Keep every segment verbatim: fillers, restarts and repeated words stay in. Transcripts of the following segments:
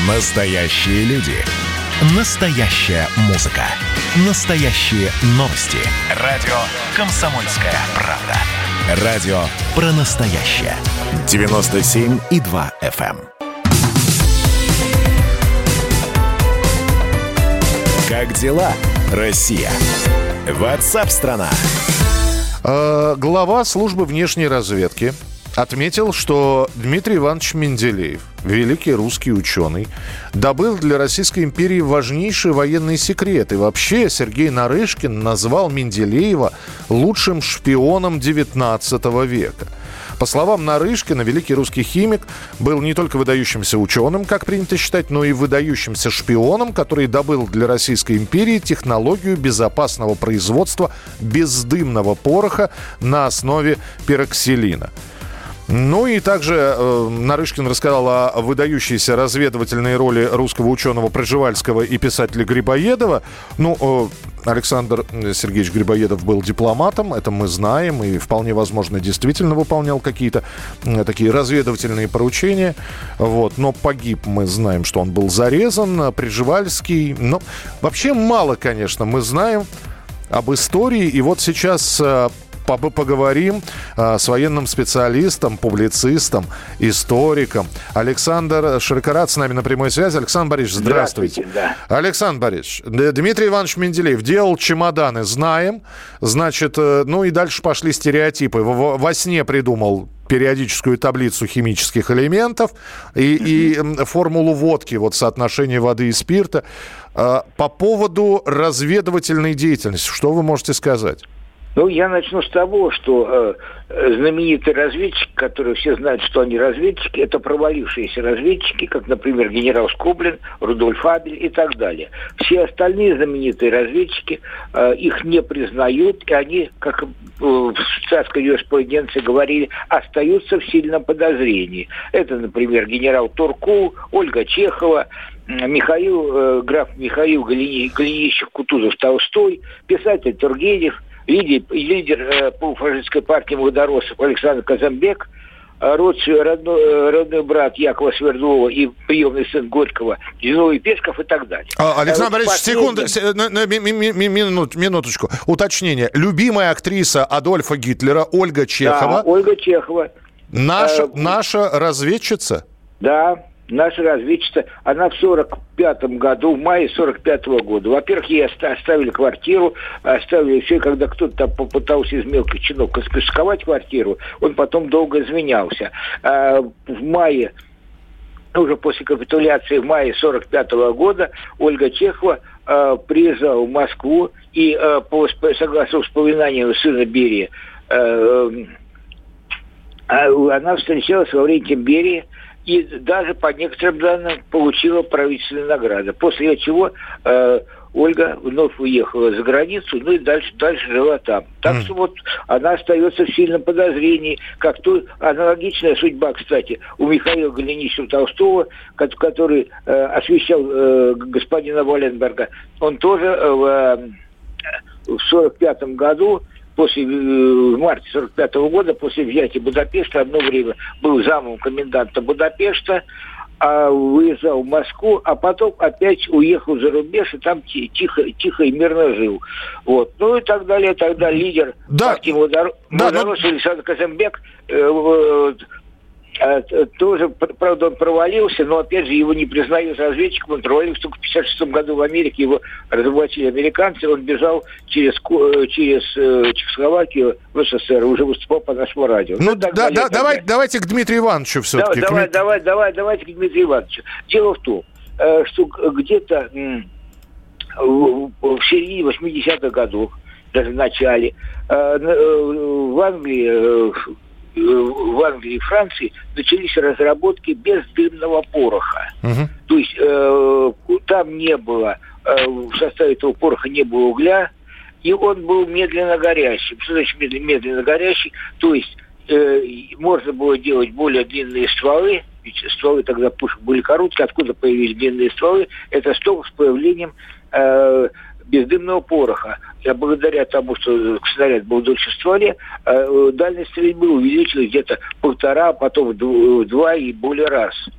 Настоящие люди. Настоящая музыка. Настоящие новости. Радио «Комсомольская правда». Радио про настоящее. девяносто семь и два эф эм. Как дела, Россия? Ватсап-страна! Э, глава службы внешней разведки отметил, что Дмитрий Иванович Менделеев, великий русский ученый, добыл для Российской империи важнейший военный секрет. И вообще Сергей Нарышкин назвал Менделеева лучшим шпионом девятнадцатого века. По словам Нарышкина, великий русский химик был не только выдающимся ученым, как принято считать, но и выдающимся шпионом, который добыл для Российской империи технологию безопасного производства бездымного пороха на основе пироксилина. Ну и также э, Нарышкин рассказал о выдающейся разведывательной роли русского ученого Пржевальского и писателя Грибоедова. Ну, э, Александр Сергеевич Грибоедов был дипломатом, это мы знаем, и вполне возможно действительно выполнял какие-то э, такие разведывательные поручения. Вот. Но погиб, мы знаем, что он был зарезан. Пржевальский, ну, вообще мало, конечно, мы знаем об истории. И вот сейчас... Э, Поговорим э, с военным специалистом, публицистом, историком. Александр Широкорат с нами на прямой связи. Александр Борисович, здравствуйте. здравствуйте да. Александр Борисович, Дмитрий Иванович Менделеев делал чемоданы, знаем. Значит, э, ну и дальше пошли стереотипы. Во, во сне придумал периодическую таблицу химических элементов и, mm-hmm. и формулу водки, вот соотношение воды и спирта. Э, по поводу разведывательной деятельности, что вы можете сказать? Ну, я начну с того, что э, знаменитые разведчики, которые все знают, что они разведчики, это провалившиеся разведчики, как, например, генерал Скоблин, Рудольф Абель и так далее. Все остальные знаменитые разведчики э, их не признают, и они, как э, в царской юриспруденции говорили, остаются в сильном подозрении. Это, например, генерал Турку, Ольга Чехова, Михаил, э, граф Михаил Голенищев-Кутузов-Толстой, писатель Тургенев, Лидер, лидер э, полуфашистской партии молодороссов Александр Казанбек, э, родственный, родной, э, родной брат Якова Свердлова и приемный сын Горького Зиновий Пешков и так далее. А, Александр Борисович, последний... секунду, минуточку. Уточнение. Любимая актриса Адольфа Гитлера Ольга Чехова. Да, Ольга Чехова. Наша, э, наша разведчица? Да. Наша разведчица, она в сорок пятом году, в мае сорок пятого года. Во-первых, ей оставили квартиру, оставили все, когда кто-то там попытался из мелких чинов конфисковать квартиру, он потом долго извинялся. А в мае, уже после капитуляции, в мае сорок пятого года Ольга Чехова а, приезжала в Москву и, а, по, согласно воспоминаниям сына Берии, а, а, она встречалась во время Берии, и даже, по некоторым данным, получила правительственную награду. После чего э, Ольга вновь уехала за границу, ну и дальше, дальше жила там. Так mm. что вот она остается в сильном подозрении, как то аналогичная судьба, кстати, у Михаила Голенищева-Толстого, который э, освещал э, господина Валенберга. Он тоже э, в сорок пятом году, после, в марте сорок пятого года, после взятия Будапешта, одно время был замом коменданта Будапешта, а выезжал в Москву, а потом опять уехал за рубеж и там тихо, тихо и мирно жил. Вот. Ну и так далее, и так далее. Лидер да. партии Молодоросов да, но... Александр Казанбек э, э, тоже, правда, он провалился, но, опять же, его не признают разведчиком. Он провалился только в пятьдесят шестом году в Америке. Его разоблачили американцы. Он бежал через, через э, Чехословакию в СССР. Уже выступал по нашему радио. Ну, ну да, далее, да, давай, давайте к Дмитрию Ивановичу все-таки. Да, давай, к... давай, давай, давайте к Дмитрию Ивановичу. Дело в том, э, что где-то э, в, в середине восьмидесятых годов, даже в начале, э, э, в Англии... Э, в Англии и Франции начались разработки бездымного пороха. Uh-huh. То есть э, там не было, э, в составе этого пороха не было угля, и он был медленно горящим. Что значит медленно, медленно горящий? То есть э, можно было делать более длинные стволы, ведь стволы тогда пушек были короткие, откуда появились длинные стволы? Это только с появлением э, бездымного пороха. И благодаря тому, что снаряд был дольше в стволе, дальность стрельбы увеличилась где-то полтора, а потом в два и более раз.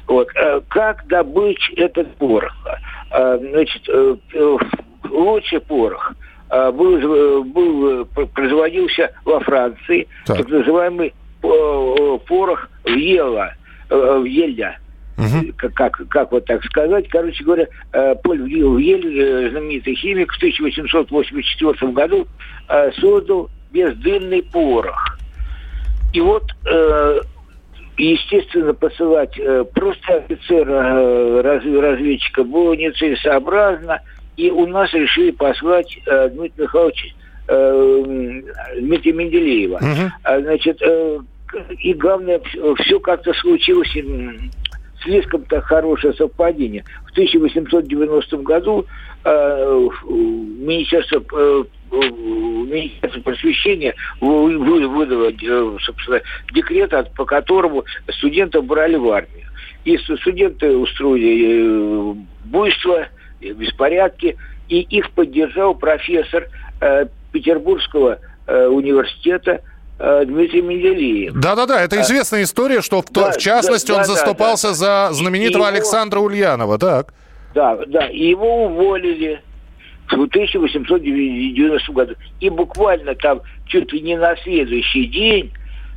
Вот. Как добыть этот порох? Значит, лучший порох был, был, производился во Франции, так, так называемый порох Вьела, Вьеля. Угу. Как, как вот так сказать? Короче говоря, Поль Вьель, знаменитый химик, в тысяча восемьсот восемьдесят четвёртом году создал бездымный порох. И вот, естественно, посылать просто офицера разведчика было нецелесообразно, и у нас решили послать Дмитрия Михайловича Дмитрия Менделеева. Угу. Значит, и главное, все как-то случилось слишком-то хорошее совпадение. В тысяча восемьсот девяностом году э, Министерство, э, Министерство просвещения выдало, э, собственно, декрет, по которому студентов брали в армию. И студенты устроили буйство, беспорядки, и их поддержал профессор э, Петербургского э, университета Дмитрий Менделеев. Да-да-да, это известная история, что в, да, в частности да, он да, заступался да, да. за знаменитого его, Александра Ульянова, так? Да, да, и его уволили в тысяча восемьсот девяностом году. И буквально там чуть ли не на следующий день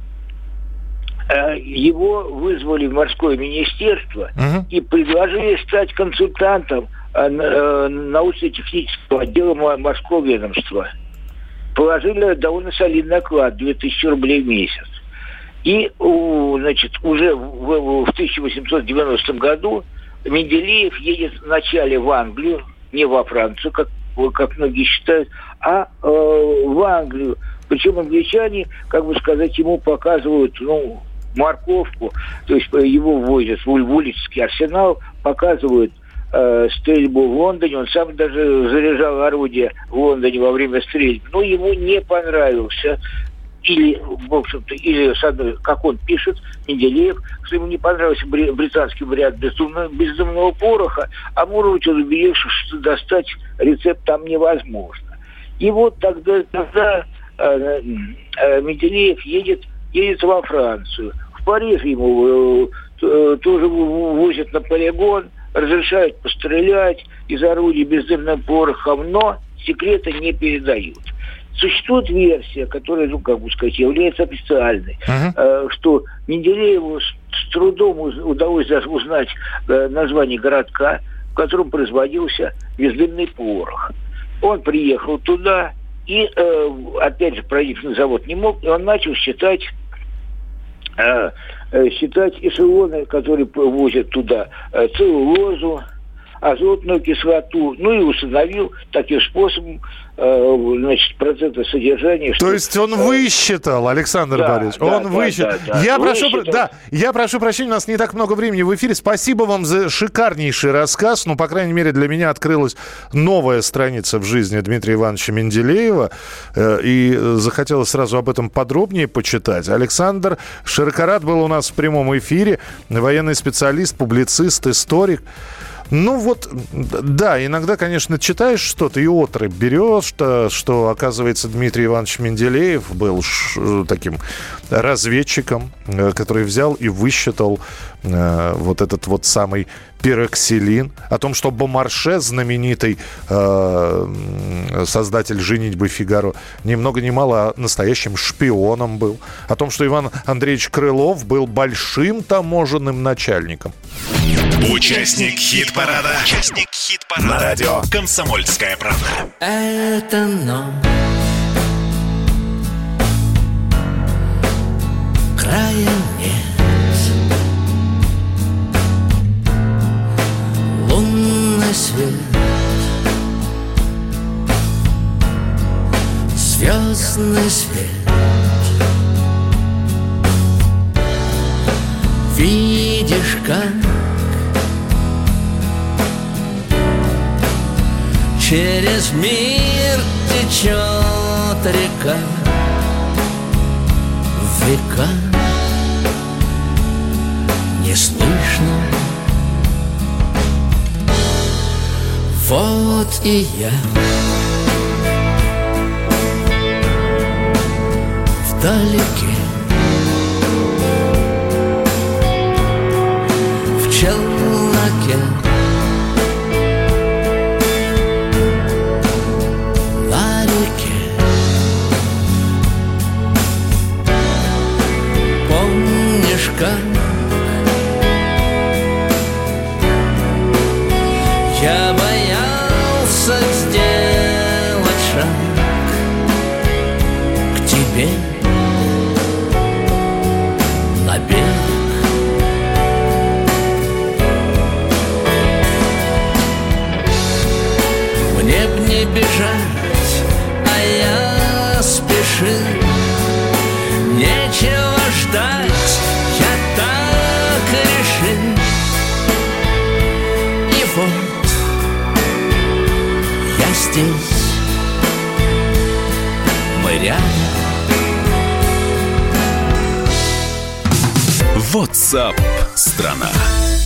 э, его вызвали в морское министерство угу. и предложили стать консультантом э, э, научно-технического отдела морского ведомства. Положили довольно солидный оклад, две тысячи рублей в месяц. И, значит, уже в, в тысяча восемьсот девяностом году Менделеев едет вначале в Англию, не во Францию, как, как многие считают, а э, в Англию. Причем англичане, как бы сказать, ему показывают, ну, морковку, то есть его возят в Улицкий арсенал, показывают стрельбу в Лондоне. Он сам даже заряжал орудие в Лондоне во время стрельбы. Но ему не понравился, или, в общем-то, или, как он пишет, Менделеев, что ему не понравился британский вариант бездумного, бездумного пороха, а Муромец он убедился, что достать рецепт там невозможно. И вот тогда, тогда э, э, Менделеев едет, едет во Францию. В Париже ему э, тоже возят на полигон, разрешают пострелять из орудий бездымным порохом, но секреты не передают. Существует версия, которая, ну, как бы сказать, является официальной, uh-huh. э, что Менделееву с, с трудом удалось даже узнать э, название городка, в котором производился бездымный порох. Он приехал туда и, э, опять же, правительственный завод не мог, и он начал считать э, считать эшелоны, которые возят туда целлулозу, азотную кислоту, ну и установил таким способом, э, значит, проценты содержания. То что, есть он э, высчитал, Александр да, Борисович, да, он да, высчитал. Да, да, я, высчитал. Прошу, да, я прошу прощения, у нас не так много времени в эфире. Спасибо вам за шикарнейший рассказ. Ну, по крайней мере, для меня открылась новая страница в жизни Дмитрия Ивановича Менделеева. Э, и захотелось сразу об этом подробнее почитать. Александр Широкорат был у нас в прямом эфире. Военный специалист, публицист, историк. Ну вот, да, иногда, конечно, читаешь что-то и отрыв берешь, что, что, оказывается, Дмитрий Иванович Менделеев был ш, таким разведчиком, который взял и высчитал э, вот этот вот самый пироксилин. О том, что Бомарше, знаменитый э, создатель «Женитьбы Фигаро», ни много ни мало настоящим шпионом был. О том, что Иван Андреевич Крылов был большим таможенным начальником. Участник хит-парада. Участник хит-парада. На радио «Комсомольская правда». Это ночь. Края нет. Лунный свет. Звездный свет. Видишь, как через мир течет река, века не слышно. Вот и я вдалеке, в челноке. На реке. Помнишь, как я боялся сделать шаг к тебе на берег? Мне б не бежать, а я спешил. Нечего ждать, я так решил. И вот я здесь, мы рядом. WhatsApp страна.